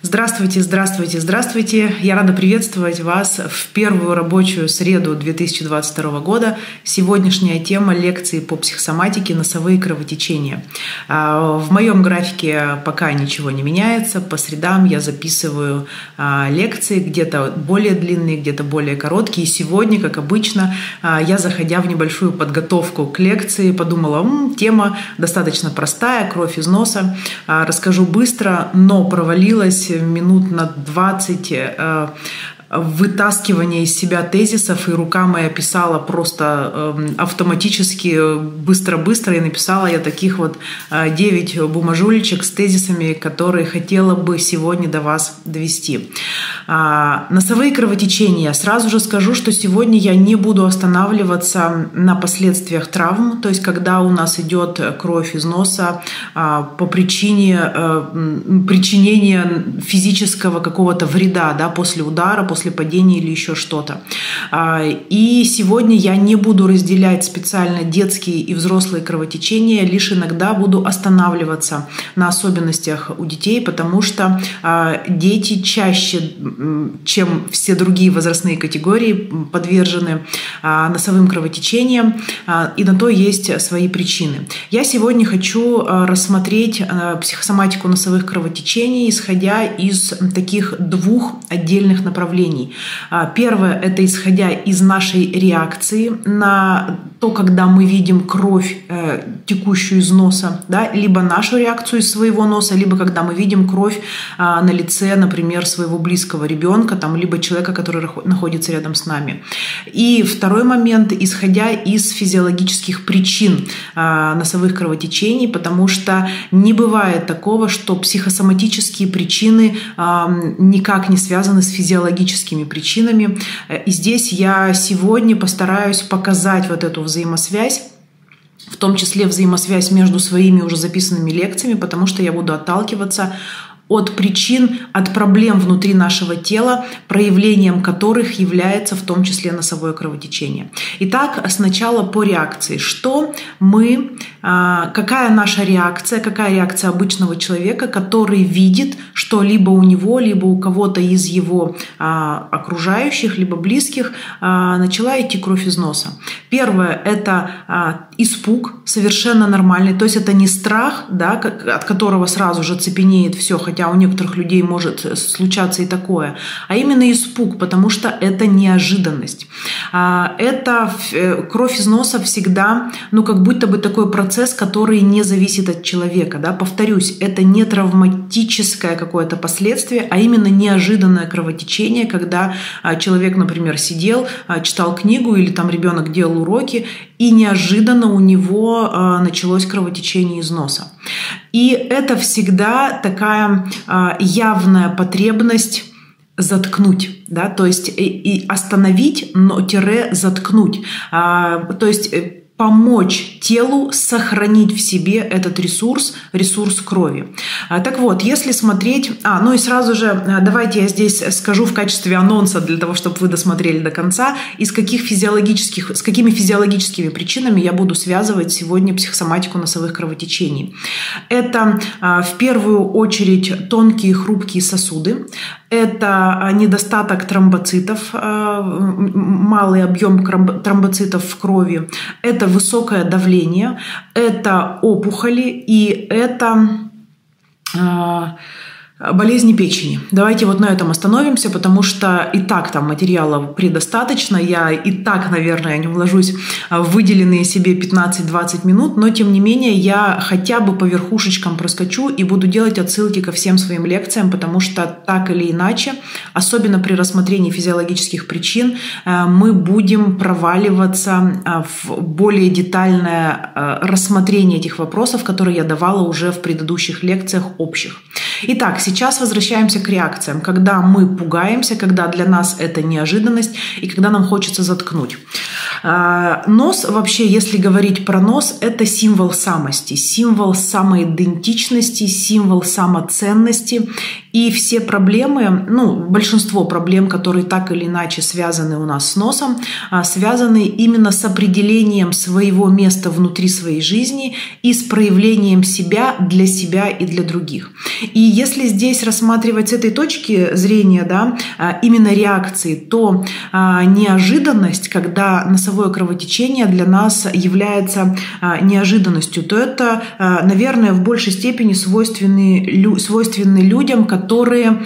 Здравствуйте, здравствуйте, здравствуйте. Я рада приветствовать вас в первую рабочую среду 2022 года. Сегодняшняя тема лекции по психосоматике «Носовые кровотечения». В моем графике пока ничего не меняется. По средам я записываю лекции, где-то более длинные, где-то более короткие. И сегодня, как обычно, я, заходя в небольшую подготовку к лекции, подумала, тема достаточно простая, кровь из носа. Расскажу быстро, но провалилась минут на 20 вытаскивание из себя тезисов, и рука моя писала просто автоматически, быстро-быстро, и написала я таких вот 9 бумажулечек с тезисами, которые хотела бы сегодня до вас довести. Носовые кровотечения. Сразу же скажу, что сегодня я не буду останавливаться на последствиях травм, то есть когда у нас идет кровь из носа по причине причинения физического какого-то вреда, да, после удара, после падения или еще что-то. И сегодня я не буду разделять специально детские и взрослые кровотечения, лишь иногда буду останавливаться на особенностях у детей, потому что дети чаще, чем все другие возрастные категории, подвержены носовым кровотечениям, и на то есть свои причины. Я сегодня хочу рассмотреть психосоматику носовых кровотечений, исходя из таких двух отдельных направлений. Первое – это исходя из нашей реакции на то, когда мы видим кровь, текущую из носа, да, либо нашу реакцию из своего носа, либо когда мы видим кровь на лице, например, своего близкого ребенка, там, либо человека, который находится рядом с нами. И второй момент – исходя из физиологических причин носовых кровотечений, потому что не бывает такого, что психосоматические причины никак не связаны с физиологическими причинами. И здесь я сегодня постараюсь показать вот эту взаимосвязь, в том числе взаимосвязь между своими уже записанными лекциями, потому что я буду отталкиваться от причин, от проблем внутри нашего тела, проявлением которых является в том числе носовое кровотечение. Итак, сначала по реакции. Какая наша реакция, какая реакция обычного человека, который видит, что либо у него, либо у кого-то из его окружающих, либо близких начала идти кровь из носа. Первое – это испуг, совершенно нормальный, то есть это не страх, да, от которого сразу же цепенеет все, хотя у некоторых людей может случаться и такое, а именно испуг, потому что это неожиданность. Это кровь из носа всегда, как будто бы такой процесс, который не зависит от человека. Да? Повторюсь, это не травматическое какое-то последствие, а именно неожиданное кровотечение, когда человек, например, сидел, читал книгу или там ребенок делал уроки, и неожиданно у него началось кровотечение из носа. И это всегда такая явная потребность заткнуть, да, то есть и остановить, но заткнуть, то есть помочь телу сохранить в себе этот ресурс крови. Так вот, если смотреть... и сразу же давайте я здесь скажу в качестве анонса, для того, чтобы вы досмотрели до конца, с какими физиологическими причинами я буду связывать сегодня психосоматику носовых кровотечений. Это в первую очередь тонкие хрупкие сосуды, это недостаток тромбоцитов, малый объем тромбоцитов в крови, это высокое давление, это опухоли и это болезни печени. Давайте вот на этом остановимся, потому что и так там материала предостаточно. Я и так, наверное, не вложусь в выделенные себе 15-20 минут, но тем не менее я хотя бы по верхушечкам проскочу и буду делать отсылки ко всем своим лекциям, потому что так или иначе, особенно при рассмотрении физиологических причин, мы будем проваливаться в более детальное рассмотрение этих вопросов, которые я давала уже в предыдущих лекциях общих. Итак, сейчас возвращаемся к реакциям, когда мы пугаемся, когда для нас это неожиданность и когда нам хочется заткнуть. Нос вообще, если говорить про нос, это символ самости, символ самоидентичности, символ самоценности. И все проблемы, большинство проблем, которые так или иначе связаны у нас с носом, связаны именно с определением своего места внутри своей жизни и с проявлением себя и для других. И если здесь рассматривать с этой точки зрения, именно реакции, то неожиданность, когда носовое кровотечение для нас является неожиданностью, то это, наверное, в большей степени свойственны людям, которые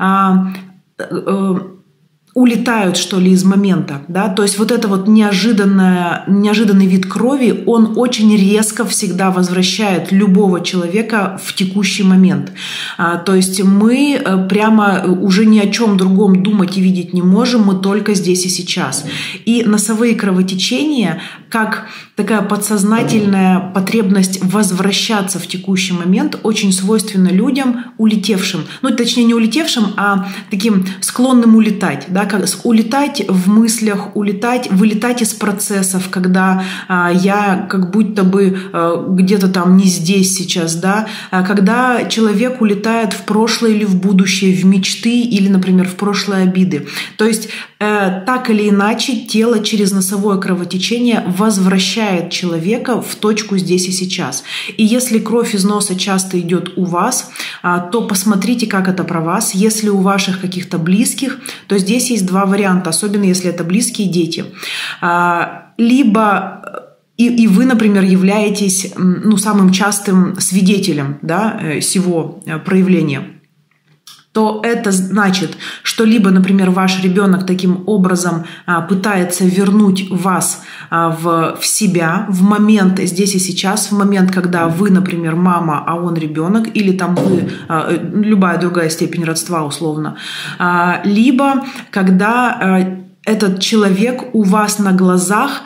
улетают, что ли, из момента, то есть вот это вот неожиданный вид крови, он очень резко всегда возвращает любого человека в текущий момент. То есть мы прямо уже ни о чем другом думать и видеть не можем, мы только здесь и сейчас. И носовые кровотечения, как такая подсознательная потребность возвращаться в текущий момент, очень свойственна людям, улетевшим. Точнее, не улетевшим, а таким склонным улетать, улетать в мыслях, вылетать из процессов, когда я как будто бы где-то там не здесь сейчас, когда человек улетает в прошлое или в будущее, в мечты или, например, в прошлые обиды. То есть так или иначе тело через носовое кровотечение возвращает человека в точку здесь и сейчас. И если кровь из носа часто идет у вас, то посмотрите, как это про вас. Если у ваших каких-то близких, то здесь есть два варианта, особенно если это близкие дети. Либо и вы, например, являетесь самым частым свидетелем сего проявления, то это значит, что либо, например, ваш ребенок таким образом пытается вернуть вас в себя, в момент здесь и сейчас, в момент, когда вы, например, мама, а он ребенок, или там вы, любая другая степень родства условно, либо когда этот человек у вас на глазах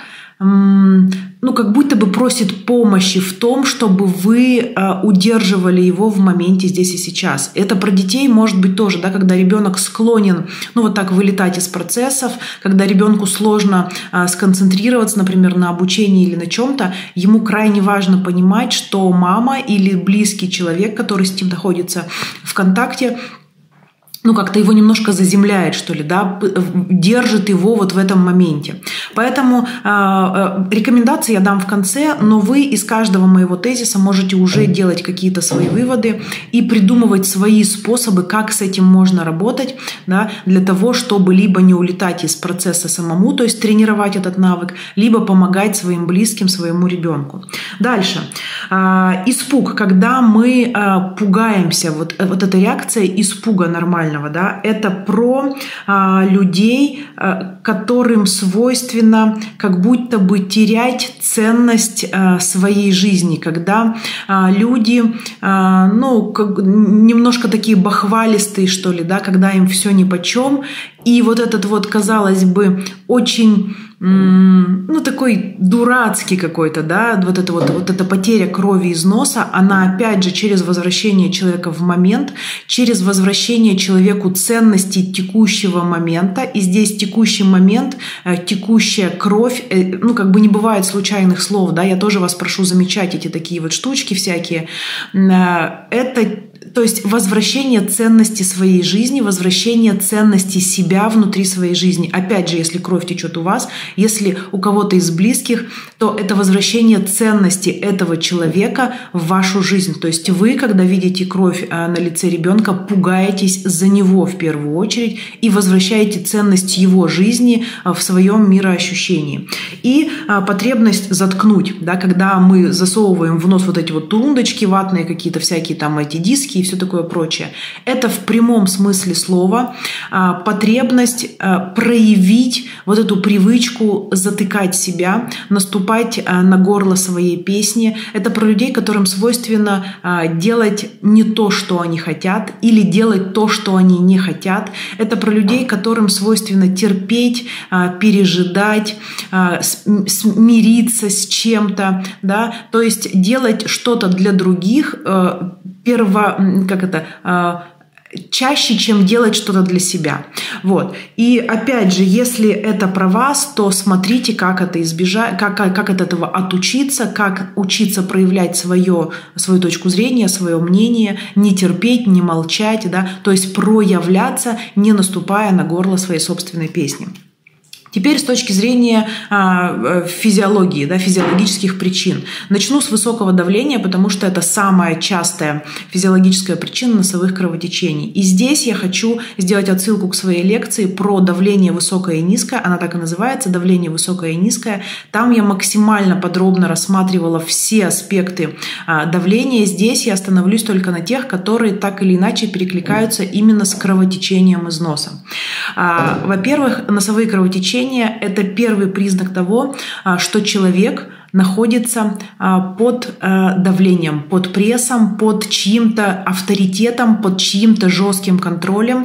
как будто бы просит помощи в том, чтобы вы удерживали его в моменте здесь и сейчас. Это про детей может быть тоже, когда ребенок склонен, вот так вылетать из процессов, когда ребенку сложно сконцентрироваться, например, на обучении или на чем-то, ему крайне важно понимать, что мама или близкий человек, который с ним находится в контакте, как-то его немножко заземляет, что ли, держит его вот в этом моменте. Поэтому рекомендации я дам в конце, но вы из каждого моего тезиса можете уже делать какие-то свои выводы и придумывать свои способы, как с этим можно работать, для того, чтобы либо не улетать из процесса самому, то есть тренировать этот навык, либо помогать своим близким, своему ребенку. Дальше. Испуг. Когда мы пугаемся, вот эта реакция испуга нормального, это про людей, которым свойственно как будто бы терять ценность своей жизни, когда люди немножко такие бахвалистые, что ли, когда им все нипочем, и вот этот казалось бы, очень такой дурацкий какой-то, вот эта потеря крови из носа, она опять же через возвращение человека в момент, через возвращение человеку ценности текущего момента, и здесь текущий момент, текущая кровь, не бывает случайных слов, я тоже вас прошу замечать эти такие вот штучки всякие, то есть возвращение ценности своей жизни, возвращение ценности себя внутри своей жизни. Опять же, если кровь течет у вас, если у кого-то из близких, то это возвращение ценности этого человека в вашу жизнь. То есть вы, когда видите кровь на лице ребенка, пугаетесь за него в первую очередь и возвращаете ценность его жизни в своем мироощущении. И потребность заткнуть, когда мы засовываем в нос вот эти вот турундочки ватные, какие-то всякие там эти диски и все такое прочее. Это в прямом смысле слова потребность проявить вот эту привычку затыкать себя, наступать на горло своей песни. Это про людей, которым свойственно делать не то, что они хотят, или делать то, что они не хотят. Это про людей, которым свойственно терпеть, пережидать, смириться с чем-то, то есть делать что-то для других, чаще, чем делать что-то для себя. Вот. И опять же, если это про вас, то смотрите, как это избежать, как от этого отучиться, как учиться проявлять свою точку зрения, свое мнение, не терпеть, не молчать, да, то есть проявляться, не наступая на горло своей собственной песни. Теперь с точки зрения физиологии, да, физиологических причин. Начну с высокого давления, потому что это самая частая физиологическая причина носовых кровотечений. И здесь я хочу сделать отсылку к своей лекции про давление высокое и низкое. Она так и называется, давление высокое и низкое. Там я максимально подробно рассматривала все аспекты давления. Здесь я остановлюсь только на тех, которые так или иначе перекликаются именно с кровотечением из носа. Во-первых, носовые кровотечения – это первый признак того, что человек находится под давлением, под прессом, под чьим-то авторитетом, под чьим-то жестким контролем.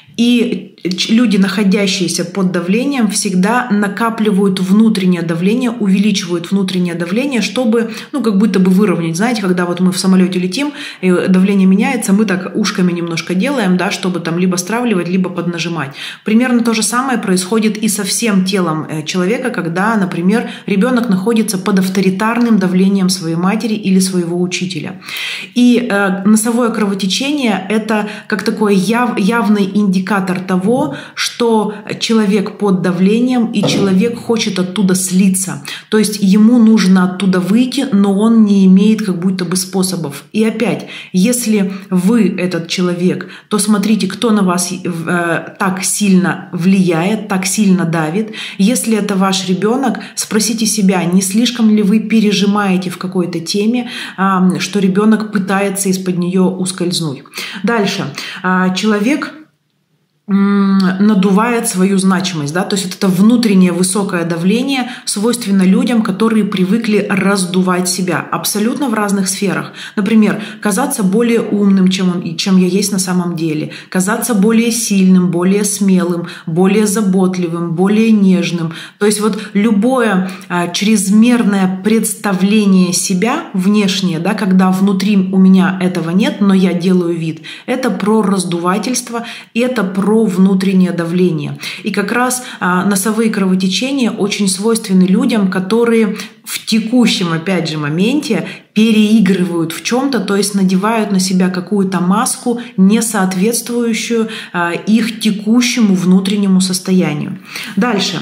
И люди, находящиеся под давлением, всегда накапливают внутреннее давление, увеличивают внутреннее давление, чтобы, как будто бы выровнять. Знаете, когда вот мы в самолете летим, и давление меняется, мы так ушками немножко делаем, да, чтобы там либо стравливать, либо поднажимать. Примерно то же самое происходит и со всем телом человека, когда, например, ребенок находится под авторитарным давлением своей матери или своего учителя. И носовое кровотечение – это как такой явный индикатор того, что человек под давлением, и человек хочет оттуда слиться. То есть ему нужно оттуда выйти, но он не имеет как будто бы способов. И опять, если вы этот человек, то смотрите, кто на вас так сильно влияет, так сильно давит. Если это ваш ребенок, спросите себя, не слишком ли вы пережимаете в какой-то теме, что ребенок пытается из-под нее ускользнуть. Дальше. Человек надувает свою значимость, да, то есть вот это внутреннее высокое давление свойственно людям, которые привыкли раздувать себя абсолютно в разных сферах. Например, казаться более умным, чем я есть на самом деле, казаться более сильным, более смелым, более заботливым, более нежным. То есть вот любое чрезмерное представление себя внешнее, да, когда внутри у меня этого нет, но я делаю вид, это про раздувательство, это про внутреннее давление. И как раз носовые кровотечения очень свойственны людям, которые в текущем, опять же, моменте переигрывают в чем-то, то есть надевают на себя какую-то маску, не соответствующую их текущему внутреннему состоянию. Дальше.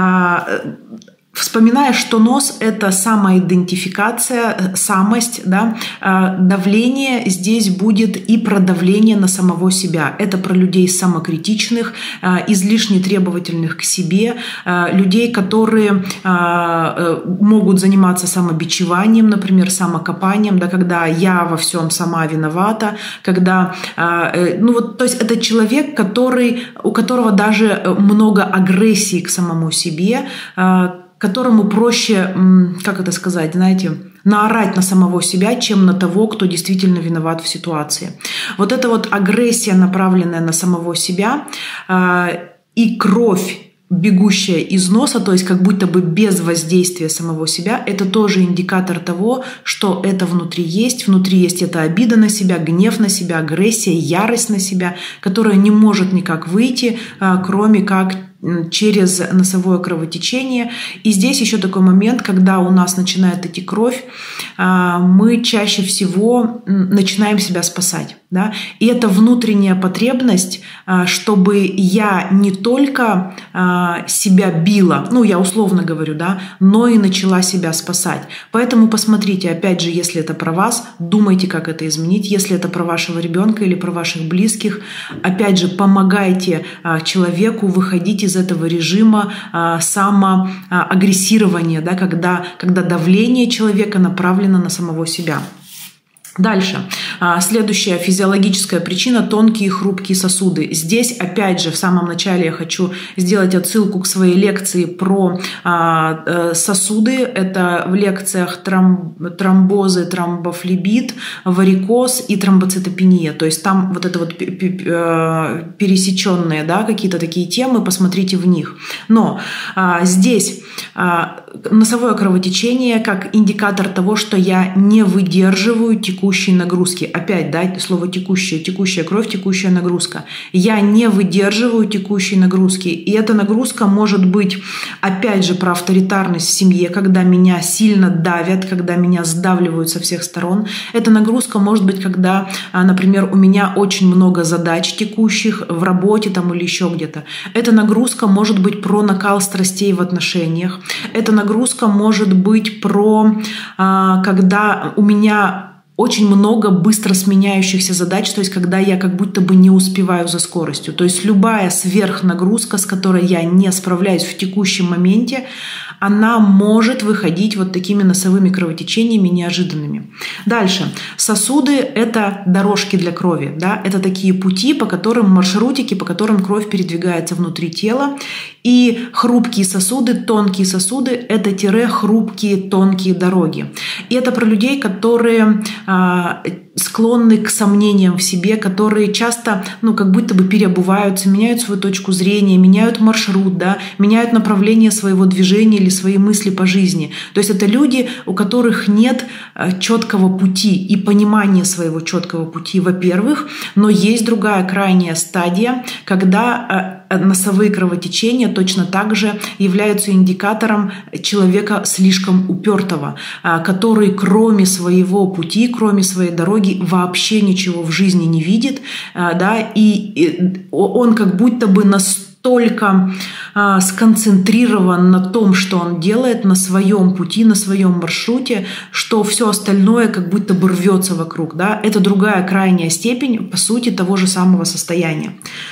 Вспоминая, что нос – это самоидентификация, самость, да, давление здесь будет и про давление на самого себя. Это про людей самокритичных, излишне требовательных к себе, людей, которые могут заниматься самобичеванием, например, самокопанием, да, когда я во всем сама виновата, когда, то есть это человек, у которого даже много агрессии к самому себе, которому проще, наорать на самого себя, чем на того, кто действительно виноват в ситуации. Вот эта вот агрессия, направленная на самого себя, и кровь, бегущая из носа, то есть как будто бы без воздействия самого себя, это тоже индикатор того, что это внутри есть эта обида на себя, гнев на себя, агрессия, ярость на себя, которая не может никак выйти, кроме как через носовое кровотечение. И здесь еще такой момент, когда у нас начинает идти кровь, мы чаще всего начинаем себя спасать. Да? И это внутренняя потребность, чтобы я не только себя била, я условно говорю, да, но и начала себя спасать. Поэтому посмотрите, опять же, если это про вас, думайте, как это изменить. Если это про вашего ребенка или про ваших близких, опять же, помогайте человеку выходить из этого режима самоагрессирования, да, когда давление человека направлено на самого себя. Дальше. Следующая физиологическая причина – тонкие и хрупкие сосуды. Здесь, опять же, в самом начале я хочу сделать отсылку к своей лекции про сосуды. Это в лекциях тромбозы, тромбофлебит, варикоз и тромбоцитопения. То есть там вот это вот пересеченные, да, какие-то такие темы, посмотрите в них. Но здесь носовое кровотечение как индикатор того, что я не выдерживаю текущей нагрузки. Опять, да, слово текущая, текущая кровь, текущая нагрузка. Я не выдерживаю текущей нагрузки. И эта нагрузка может быть, опять же, про авторитарность в семье, когда меня сильно давят, когда меня сдавливают со всех сторон. Эта нагрузка может быть, когда, например, у меня очень много задач текущих в работе там, или еще где-то. Эта нагрузка может быть про накал страстей в отношениях. Эта нагрузка может быть про, когда у меня очень много быстро сменяющихся задач, то есть когда я как будто бы не успеваю за скоростью. То есть любая сверхнагрузка, с которой я не справляюсь в текущем моменте, она может выходить вот такими носовыми кровотечениями неожиданными. Дальше. Сосуды – это дорожки для крови. Да? Это такие пути, по которым маршрутики, по которым кровь передвигается внутри тела. И хрупкие сосуды, тонкие сосуды – это хрупкие, тонкие дороги. И это про людей, которые склонны к сомнениям в себе, которые часто, как будто бы переобуваются, меняют свою точку зрения, меняют маршрут, да, меняют направление своего движения или свои мысли по жизни. То есть это люди, у которых нет четкого пути и понимания своего четкого пути, во-первых, но есть другая крайняя стадия, когда носовые кровотечения точно так же являются индикатором человека слишком упертого, который кроме своего пути, кроме своей дороги вообще ничего в жизни не видит, да, и он как будто бы настолько сконцентрирован на том, что он делает, на своем пути, на своем маршруте, что все остальное как будто бы рвется вокруг. Да? Это другая крайняя степень, по сути, того же самого состояния.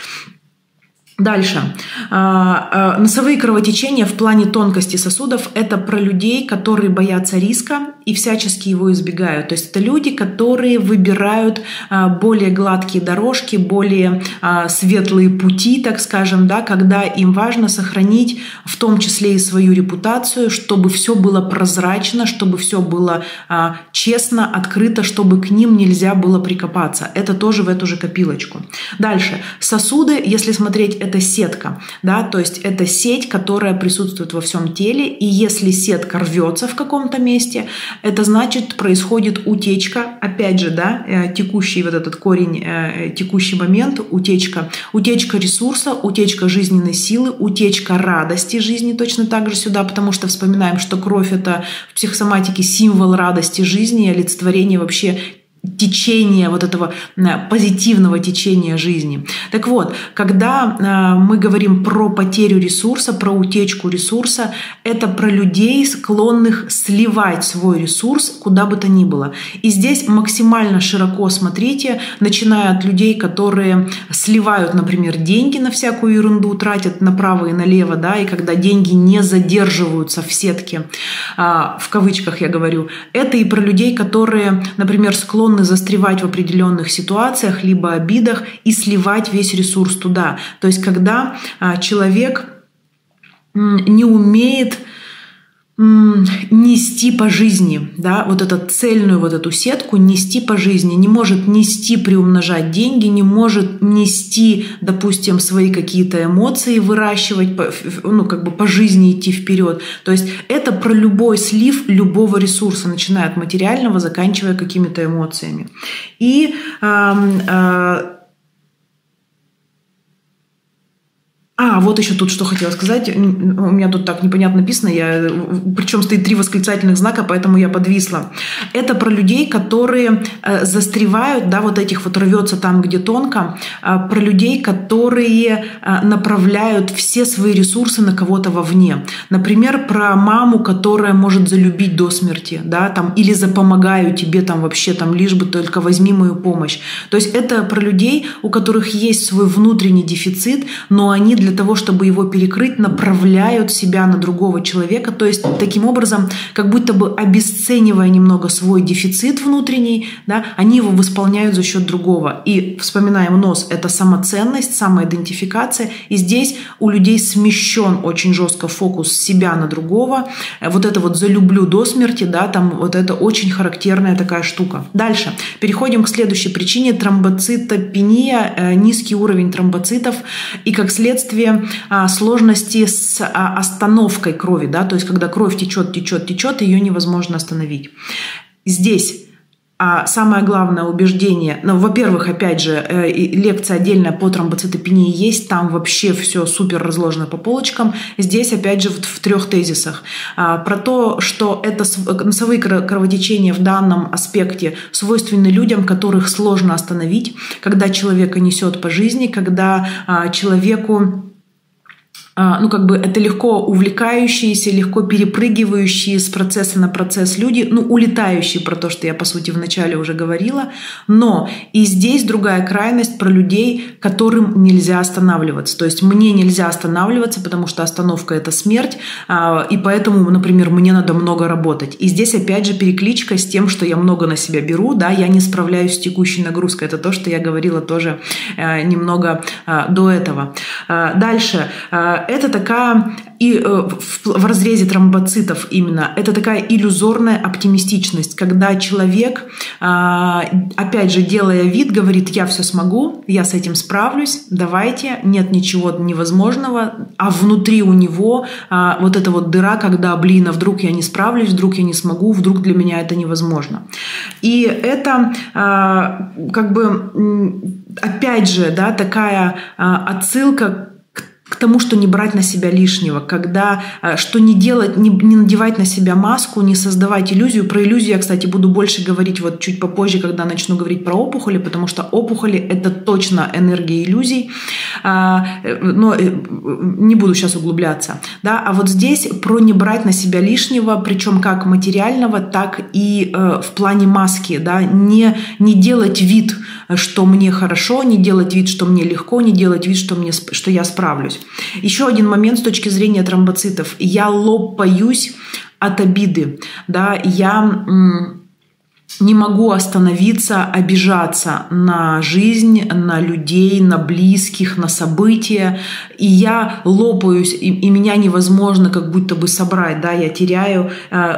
Дальше. Носовые кровотечения в плане тонкости сосудов – это про людей, которые боятся риска и всячески его избегают. То есть это люди, которые выбирают более гладкие дорожки, более светлые пути, так скажем, да, когда им важно сохранить в том числе и свою репутацию, чтобы все было прозрачно, чтобы все было честно, открыто, чтобы к ним нельзя было прикопаться. Это тоже в эту же копилочку. Дальше. Сосуды, если смотреть, это сетка, да, то есть это сеть, которая присутствует во всем теле, и если сетка рвется в каком-то месте, это значит, происходит утечка, опять же, да, текущий вот этот корень, текущий момент, утечка ресурса, утечка жизненной силы, утечка радости жизни точно так же сюда, потому что вспоминаем, что кровь – это в психосоматике символ радости жизни, олицетворение вообще течения, вот этого позитивного течения жизни. Так вот, когда мы говорим про потерю ресурса, про утечку ресурса, это про людей, склонных сливать свой ресурс куда бы то ни было. И здесь максимально широко смотрите, начиная от людей, которые сливают, например, деньги на всякую ерунду, тратят направо и налево, да, и когда деньги не задерживаются в сетке, в кавычках я говорю, это и про людей, которые, например, склонны застревать в определенных ситуациях, либо обидах и сливать весь ресурс туда. То есть когда человек не умеет нести по жизни, да, вот эту цельную вот эту сетку нести по жизни, не может нести, приумножать деньги, не может нести, допустим, свои какие-то эмоции, выращивать, как бы по жизни идти вперед. То есть это про любой слив любого ресурса, начиная от материального, заканчивая какими-то эмоциями. И вот еще тут что хотела сказать. У меня тут так непонятно написано, причем стоит 3 восклицательных знака, поэтому я подвисла. Это про людей, которые застревают, да, вот этих вот рвется там, где тонко, про людей, которые направляют все свои ресурсы на кого-то вовне. Например, про маму, которая может залюбить до смерти, да, там, или запомогаю тебе там вообще, там, лишь бы только возьми мою помощь. То есть это про людей, у которых есть свой внутренний дефицит, но они для того, чтобы его перекрыть, направляют себя на другого человека. То есть таким образом, как будто бы обесценивая немного свой дефицит внутренний, да, они его восполняют за счет другого. И вспоминаем нос – это самоценность, самоидентификация. И здесь у людей смещен очень жестко фокус себя на другого. Вот это вот «залюблю до смерти», да, там вот это очень характерная такая штука. Дальше. Переходим к следующей причине – тромбоцитопения, низкий уровень тромбоцитов. И как следствие сложности с остановкой крови, да, то есть когда кровь течет, ее невозможно остановить. Здесь самое главное убеждение, во-первых, опять же, лекция отдельная по тромбоцитопении есть, там вообще все супер разложено по полочкам. Здесь, опять же, в 3 тезисах. Про то, что это носовые кровотечения в данном аспекте свойственны людям, которых сложно остановить, когда человека несет по жизни, когда человеку это легко увлекающиеся, легко перепрыгивающие с процесса на процесс люди, улетающие, про то, что я, по сути, вначале уже говорила. Но и здесь другая крайность про людей, которым нельзя останавливаться. То есть мне нельзя останавливаться, потому что остановка — это смерть, и поэтому, например, мне надо много работать. И здесь, опять же, перекличка с тем, что я много на себя беру, да, я не справляюсь с текущей нагрузкой. Это то, что я говорила тоже немного до этого. Дальше. Это такая, и в разрезе тромбоцитов именно, это такая иллюзорная оптимистичность, когда человек, опять же, делая вид, говорит: я все смогу, я с этим справлюсь, давайте, нет ничего невозможного, а внутри у него вот эта вот дыра, когда, а вдруг я не справлюсь, вдруг я не смогу, вдруг для меня это невозможно. И это опять же, да, такая отсылка к тому, что не брать на себя лишнего, что не делать, не надевать на себя маску, не создавать иллюзию. Про иллюзию я, кстати, буду больше говорить вот чуть попозже, когда начну говорить про опухоли, потому что опухоли — это точно энергия иллюзий, но не буду сейчас углубляться. Да? А вот здесь про не брать на себя лишнего, причем как материального, так и в плане маски, да? Не делать вид, что мне хорошо, не делать вид, что мне легко, не делать вид, что я справлюсь. Еще один момент с точки зрения тромбоцитов. Я лопаюсь от обиды. Да? Я не могу остановиться, обижаться на жизнь, на людей, на близких, на события. И я лопаюсь, и меня невозможно как будто бы собрать. Да? Я теряю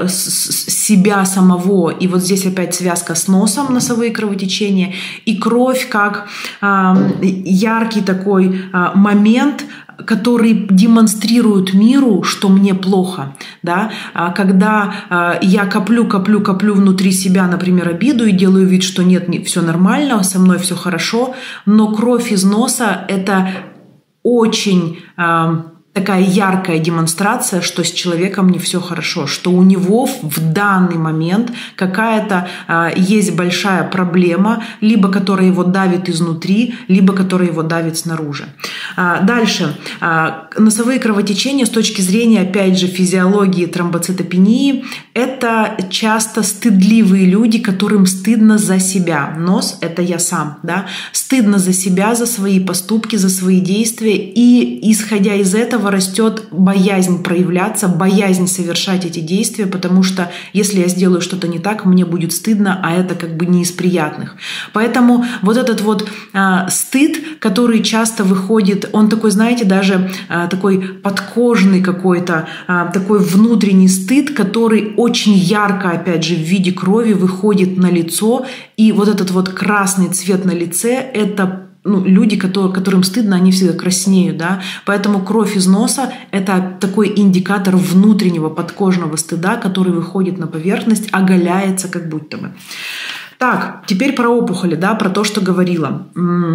себя самого. И вот здесь опять связка с носом, носовые кровотечения. И кровь как яркий такой момент, который демонстрирует миру, что мне плохо. Да? Когда я коплю внутри себя, например, обиду и делаю вид, что нет, все нормально, со мной все хорошо, но кровь из носа — это очень такая яркая демонстрация, что с человеком не все хорошо, что у него в данный момент какая-то есть большая проблема, либо которая его давит изнутри, либо которая его давит снаружи. Дальше. Носовые кровотечения с точки зрения, опять же, физиологии тромбоцитопении — это часто стыдливые люди, которым стыдно за себя. Нос — это я сам. Да? Стыдно за себя, за свои поступки, за свои действия. И, исходя из этого, растет боязнь проявляться, боязнь совершать эти действия, потому что если я сделаю что-то не так, мне будет стыдно, а это как бы не из приятных. Поэтому вот этот вот стыд, который часто выходит, он такой, знаете, даже такой подкожный какой-то, такой внутренний стыд, который очень ярко, опять же, в виде крови выходит на лицо, и вот этот вот красный цвет на лице — это люди, которым стыдно, они всегда краснеют. Да? Поэтому кровь из носа — это такой индикатор внутреннего подкожного стыда, который выходит на поверхность, оголяется как будто бы. Так, теперь про опухоли, да, про то, что говорила.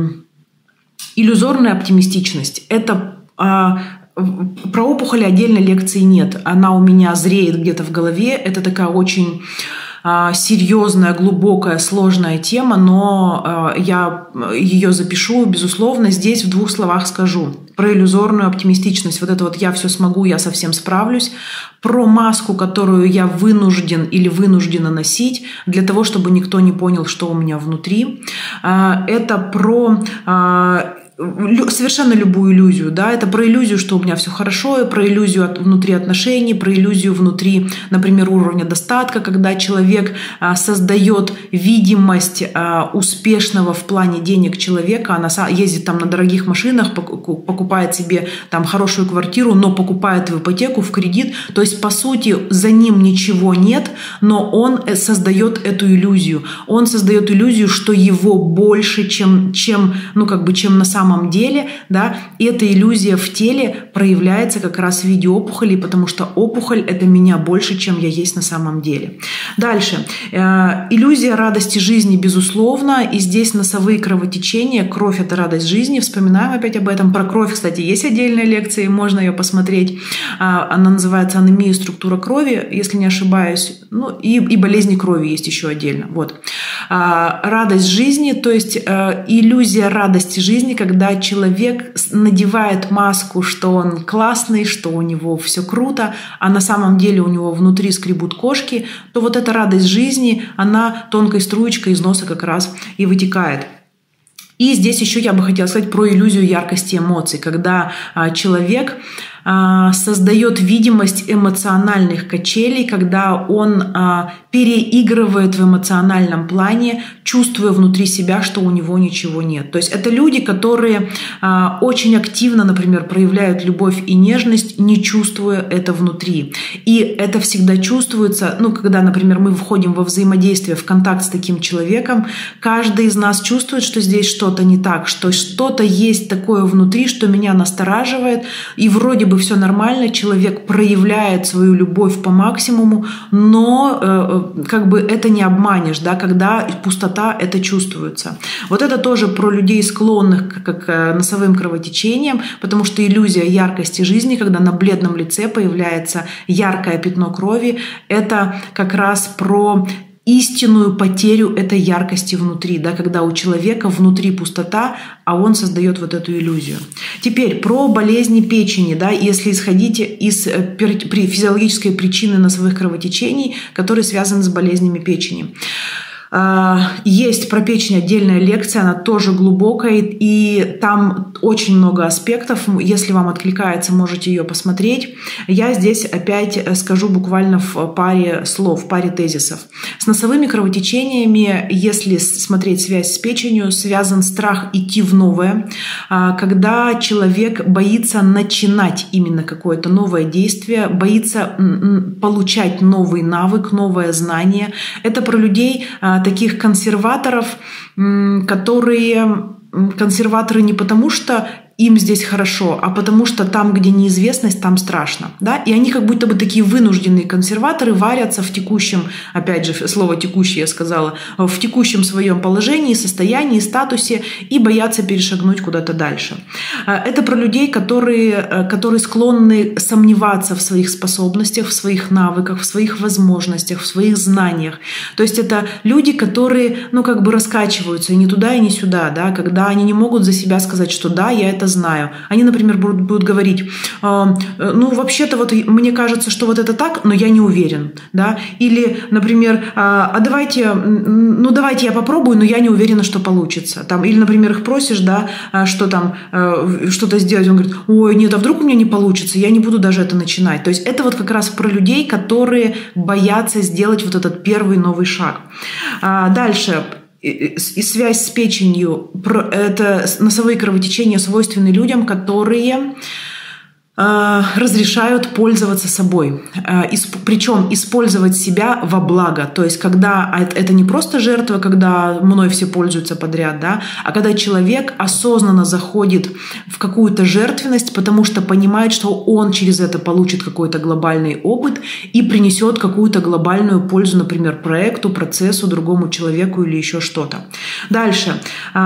Иллюзорная оптимистичность — это... Про опухоли отдельной лекции нет. Она у меня зреет где-то в голове. Это такая очень серьезная, глубокая, сложная тема, но я ее запишу, безусловно. Здесь в 2 словах скажу про иллюзорную оптимистичность. Вот это вот «я все смогу, я совсем справлюсь», про маску, которую я вынужден или вынуждена носить для того, чтобы никто не понял, что у меня внутри. Это про совершенно любую иллюзию, да, это про иллюзию, что у меня все хорошо, про иллюзию внутри отношений, про иллюзию внутри, например, уровня достатка, когда человек создает видимость успешного в плане денег человека, она ездит там на дорогих машинах, покупает себе там хорошую квартиру, но покупает в ипотеку, в кредит, то есть по сути за ним ничего нет, но он создает эту иллюзию, он создает иллюзию, что его больше, чем на самом самом деле, да, и эта иллюзия в теле проявляется как раз в виде опухолей, потому что опухоль — это меня больше, чем я есть на самом деле. Дальше. Иллюзия радости жизни, безусловно, и здесь носовые кровотечения, кровь — это радость жизни, вспоминаем опять об этом. Про кровь, кстати, есть отдельная лекция, можно ее посмотреть. Она называется «Анемия и структура крови», если не ошибаюсь. Ну, и болезни крови есть еще отдельно. Вот. Радость жизни, то есть иллюзия радости жизни, когда человек надевает маску, что он классный, что у него все круто, а на самом деле у него внутри скребут кошки, то вот эта радость жизни, она тонкой струечкой из носа как раз и вытекает. И здесь еще я бы хотела сказать про иллюзию яркости эмоций, когда человек создает видимость эмоциональных качелей, когда он переигрывает в эмоциональном плане, чувствуя внутри себя, что у него ничего нет. То есть это люди, которые очень активно, например, проявляют любовь и нежность, не чувствуя это внутри. И это всегда чувствуется, когда, например, мы входим во взаимодействие, в контакт с таким человеком, каждый из нас чувствует, что здесь что-то не так, что что-то есть такое внутри, что меня настораживает, и вроде бы все нормально, человек проявляет свою любовь по максимуму, но это не обманешь, да, когда пустота, это чувствуется. Вот это тоже про людей, склонных к носовым кровотечениям, потому что иллюзия яркости жизни, когда на бледном лице появляется яркое пятно крови, это как раз про истинную потерю этой яркости внутри, да, когда у человека внутри пустота, а он создает вот эту иллюзию. Теперь про болезни печени, да, если исходить из физиологической причины носовых кровотечений, которые связаны с болезнями печени. Есть про печень отдельная лекция, она тоже глубокая, и там очень много аспектов. Если вам откликается, можете ее посмотреть. Я здесь опять скажу буквально в паре слов, в паре тезисов. С носовыми кровотечениями, если смотреть связь с печенью, связан страх идти в новое, когда человек боится начинать именно какое-то новое действие, боится получать новый навык, новое знание. Это про людей, таких консерваторов, которые консерваторы не потому, что им здесь хорошо, а потому что там, где неизвестность, там страшно. Да? И они как будто бы такие вынужденные консерваторы варятся в текущем, опять же, слово «текущее» я сказала, в текущем своем положении, состоянии, статусе и боятся перешагнуть куда-то дальше. Это про людей, которые склонны сомневаться в своих способностях, в своих навыках, в своих возможностях, в своих знаниях. То есть это люди, которые, раскачиваются и не туда, и не сюда, да? Когда они не могут за себя сказать, что да, я это знаю. Они, например, будут говорить, вообще-то вот мне кажется, что вот это так, но я не уверен. Да? Или, например, давайте я попробую, но я не уверена, что получится. Или, например, их просишь, да, что-то сделать, он говорит, ой, нет, а вдруг у меня не получится, я не буду даже это начинать. То есть это вот как раз про людей, которые боятся сделать вот этот первый новый шаг. Дальше. И связь с печенью – это носовые кровотечения, свойственны людям, которые разрешают пользоваться собой. Причем использовать себя во благо. То есть когда это не просто жертва, когда мной все пользуются подряд, да, а когда человек осознанно заходит в какую-то жертвенность, потому что понимает, что он через это получит какой-то глобальный опыт и принесет какую-то глобальную пользу, например, проекту, процессу, другому человеку или еще что-то. Дальше.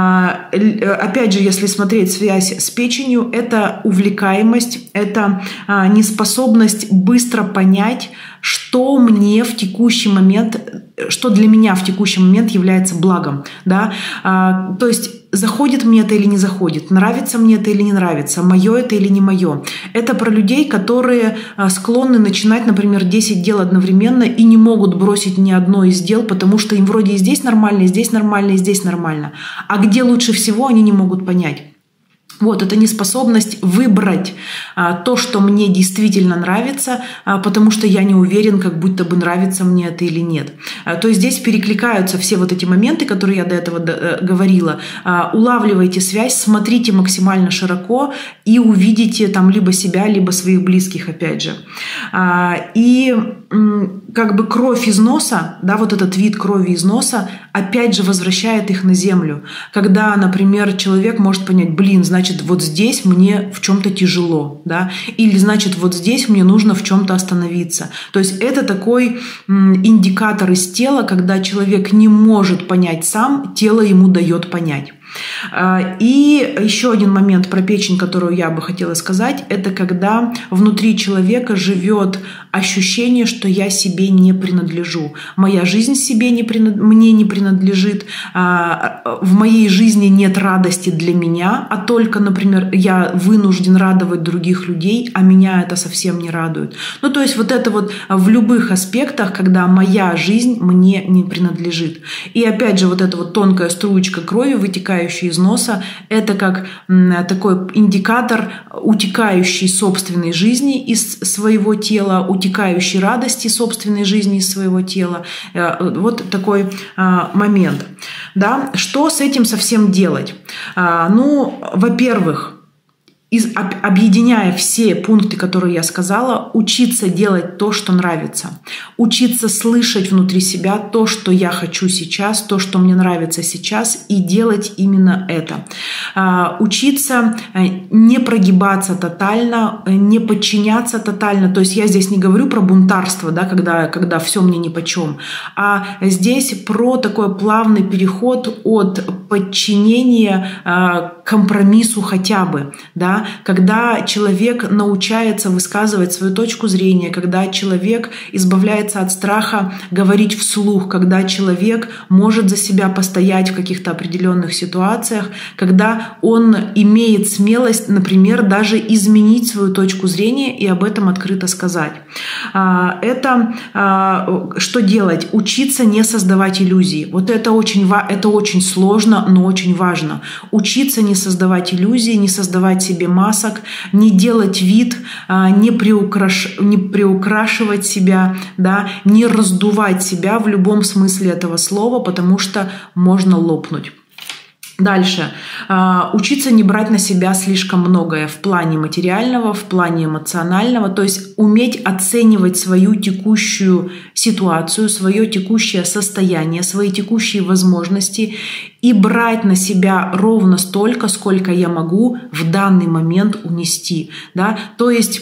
Опять же, если смотреть связь с печенью, это увлекаемость, это неспособность быстро понять, что мне в текущий момент, что для меня в текущий момент является благом. Да? То есть заходит мне это или не заходит, нравится мне это или не нравится, мое это или не мое. Это про людей, которые склонны начинать, например, 10 дел одновременно и не могут бросить ни одно из дел, потому что им вроде и здесь нормально, и здесь нормально, и здесь нормально. А где лучше всего, они не могут понять. Вот, это неспособность выбрать то, что мне действительно нравится, потому что я не уверен, как будто бы нравится мне это или нет. То есть здесь перекликаются все вот эти моменты, которые я до этого говорила. Улавливайте связь, смотрите максимально широко и увидите там либо себя, либо своих близких, опять же. И как бы кровь из носа, да, вот этот вид крови из носа, опять же возвращает их на землю. Когда, например, человек может понять, значит, вот здесь мне в чем-то тяжело, да, или значит, вот здесь мне нужно в чем-то остановиться. То есть это такой индикатор из тела, когда человек не может понять сам, тело ему дает понять. И еще один момент про печень, которую я бы хотела сказать, это когда внутри человека живет ощущение, что я себе не принадлежу. Моя жизнь мне не принадлежит, в моей жизни нет радости для меня, а только, например, я вынужден радовать других людей, а меня это совсем не радует. Ну, то есть вот это вот в любых аспектах, когда моя жизнь мне не принадлежит. И опять же, вот эта вот тонкая струечка крови, вытекающая из носа, это как такой индикатор утекающей собственной жизни из своего тела, утекающей радости собственной жизни из своего тела. Вот такой момент. Да? Что с этим совсем делать? Во-первых, объединяя все пункты, которые я сказала, учиться делать то, что нравится. Учиться слышать внутри себя то, что я хочу сейчас, то, что мне нравится сейчас, и делать именно это. Учиться не прогибаться тотально, не подчиняться тотально. То есть я здесь не говорю про бунтарство, да, когда все мне нипочем, а здесь про такой плавный переход от подчинения к компромиссу хотя бы, да, когда человек научается высказывать свою точку зрения, когда человек избавляется от страха говорить вслух, когда человек может за себя постоять в каких-то определенных ситуациях, когда он имеет смелость, например, даже изменить свою точку зрения и об этом открыто сказать. Это что делать? Учиться не создавать иллюзии. Вот это очень сложно, но очень важно. Учиться не создавать иллюзии, не создавать себе масок, не делать вид, не приукрашивать себя, да, не раздувать себя в любом смысле этого слова, потому что можно лопнуть. Дальше. Учиться не брать на себя слишком многое в плане материального, в плане эмоционального, то есть уметь оценивать свою текущую ситуацию, свое текущее состояние, свои текущие возможности и брать на себя ровно столько, сколько я могу в данный момент унести. Да? То есть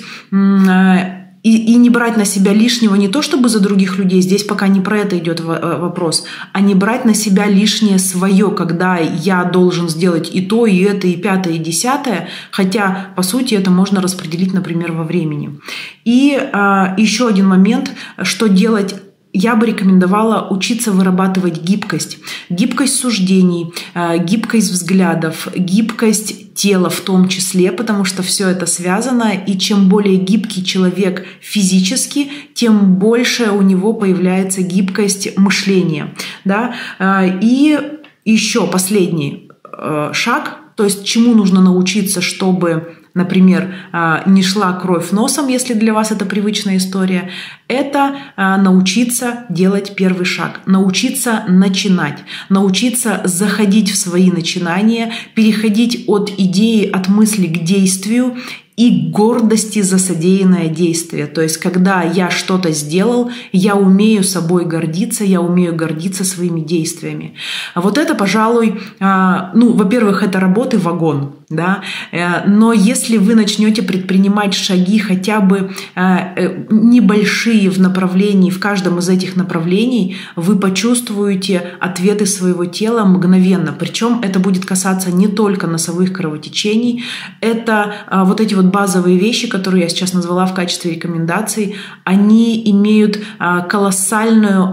и не брать на себя лишнего не то чтобы за других людей, здесь пока не про это идет вопрос, а не брать на себя лишнее свое, когда я должен сделать и то, и это, и пятое, и десятое, хотя, по сути, это можно распределить, например, во времени. И еще один момент, что делать. Я бы рекомендовала учиться вырабатывать гибкость. Гибкость суждений, гибкость взглядов, гибкость тела в том числе, потому что все это связано, и чем более гибкий человек физически, тем больше у него появляется гибкость мышления. Да? И еще последний шаг, то есть чему нужно научиться, чтобы, например, не шла кровь носом, если для вас это привычная история, это научиться делать первый шаг, научиться начинать, научиться заходить в свои начинания, переходить от идеи, от мысли к действию и гордости за содеянное действие. То есть, когда я что-то сделал, я умею собой гордиться, я умею гордиться своими действиями. А вот это, пожалуй, во-первых, это работы вагон, да? Но если вы начнете предпринимать шаги хотя бы небольшие в каждом из этих направлений, вы почувствуете ответы своего тела мгновенно. Причем это будет касаться не только носовых кровотечений, это вот эти вот базовые вещи, которые я сейчас назвала в качестве рекомендаций, они имеют колоссальный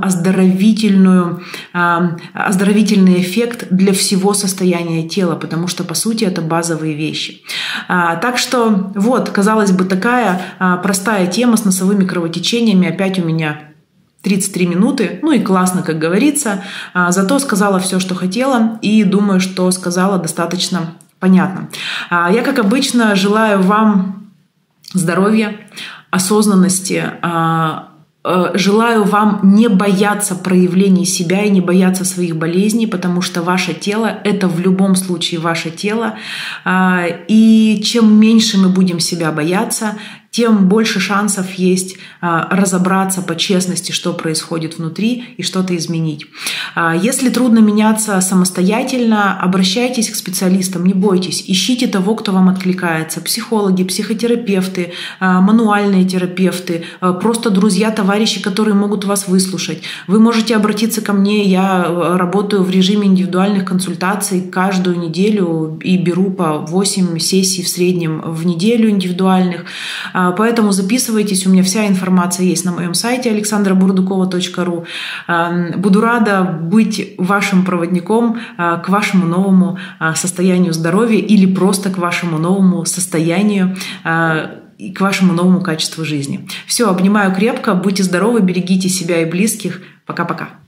оздоровительный эффект для всего состояния тела, потому что, по сути, это базовые вещи. Так что вот, казалось бы, такая простая тема с носовыми кровотечениями. Опять у меня 33 минуты, и классно, как говорится. Зато сказала все, что хотела, и думаю, что сказала достаточно Понятно. Я, как обычно, желаю вам здоровья, осознанности, желаю вам не бояться проявлений себя и не бояться своих болезней, потому что ваше тело – это в любом случае ваше тело. И чем меньше мы будем себя бояться, тем больше шансов есть разобраться по честности, что происходит внутри, и что-то изменить. Если трудно меняться самостоятельно, обращайтесь к специалистам, не бойтесь, ищите того, кто вам откликается. Психологи, психотерапевты, мануальные терапевты, просто друзья, товарищи, которые могут вас выслушать. Вы можете обратиться ко мне, я работаю в режиме индивидуальных консультаций каждую неделю и беру по 8 сессий в среднем в неделю индивидуальных. Поэтому записывайтесь, у меня вся информация есть на моем сайте alexandraburdukova.ru. Буду рада быть вашим проводником к вашему новому состоянию здоровья или просто к вашему новому состоянию и к вашему новому качеству жизни. Все, обнимаю крепко, будьте здоровы, берегите себя и близких. Пока-пока.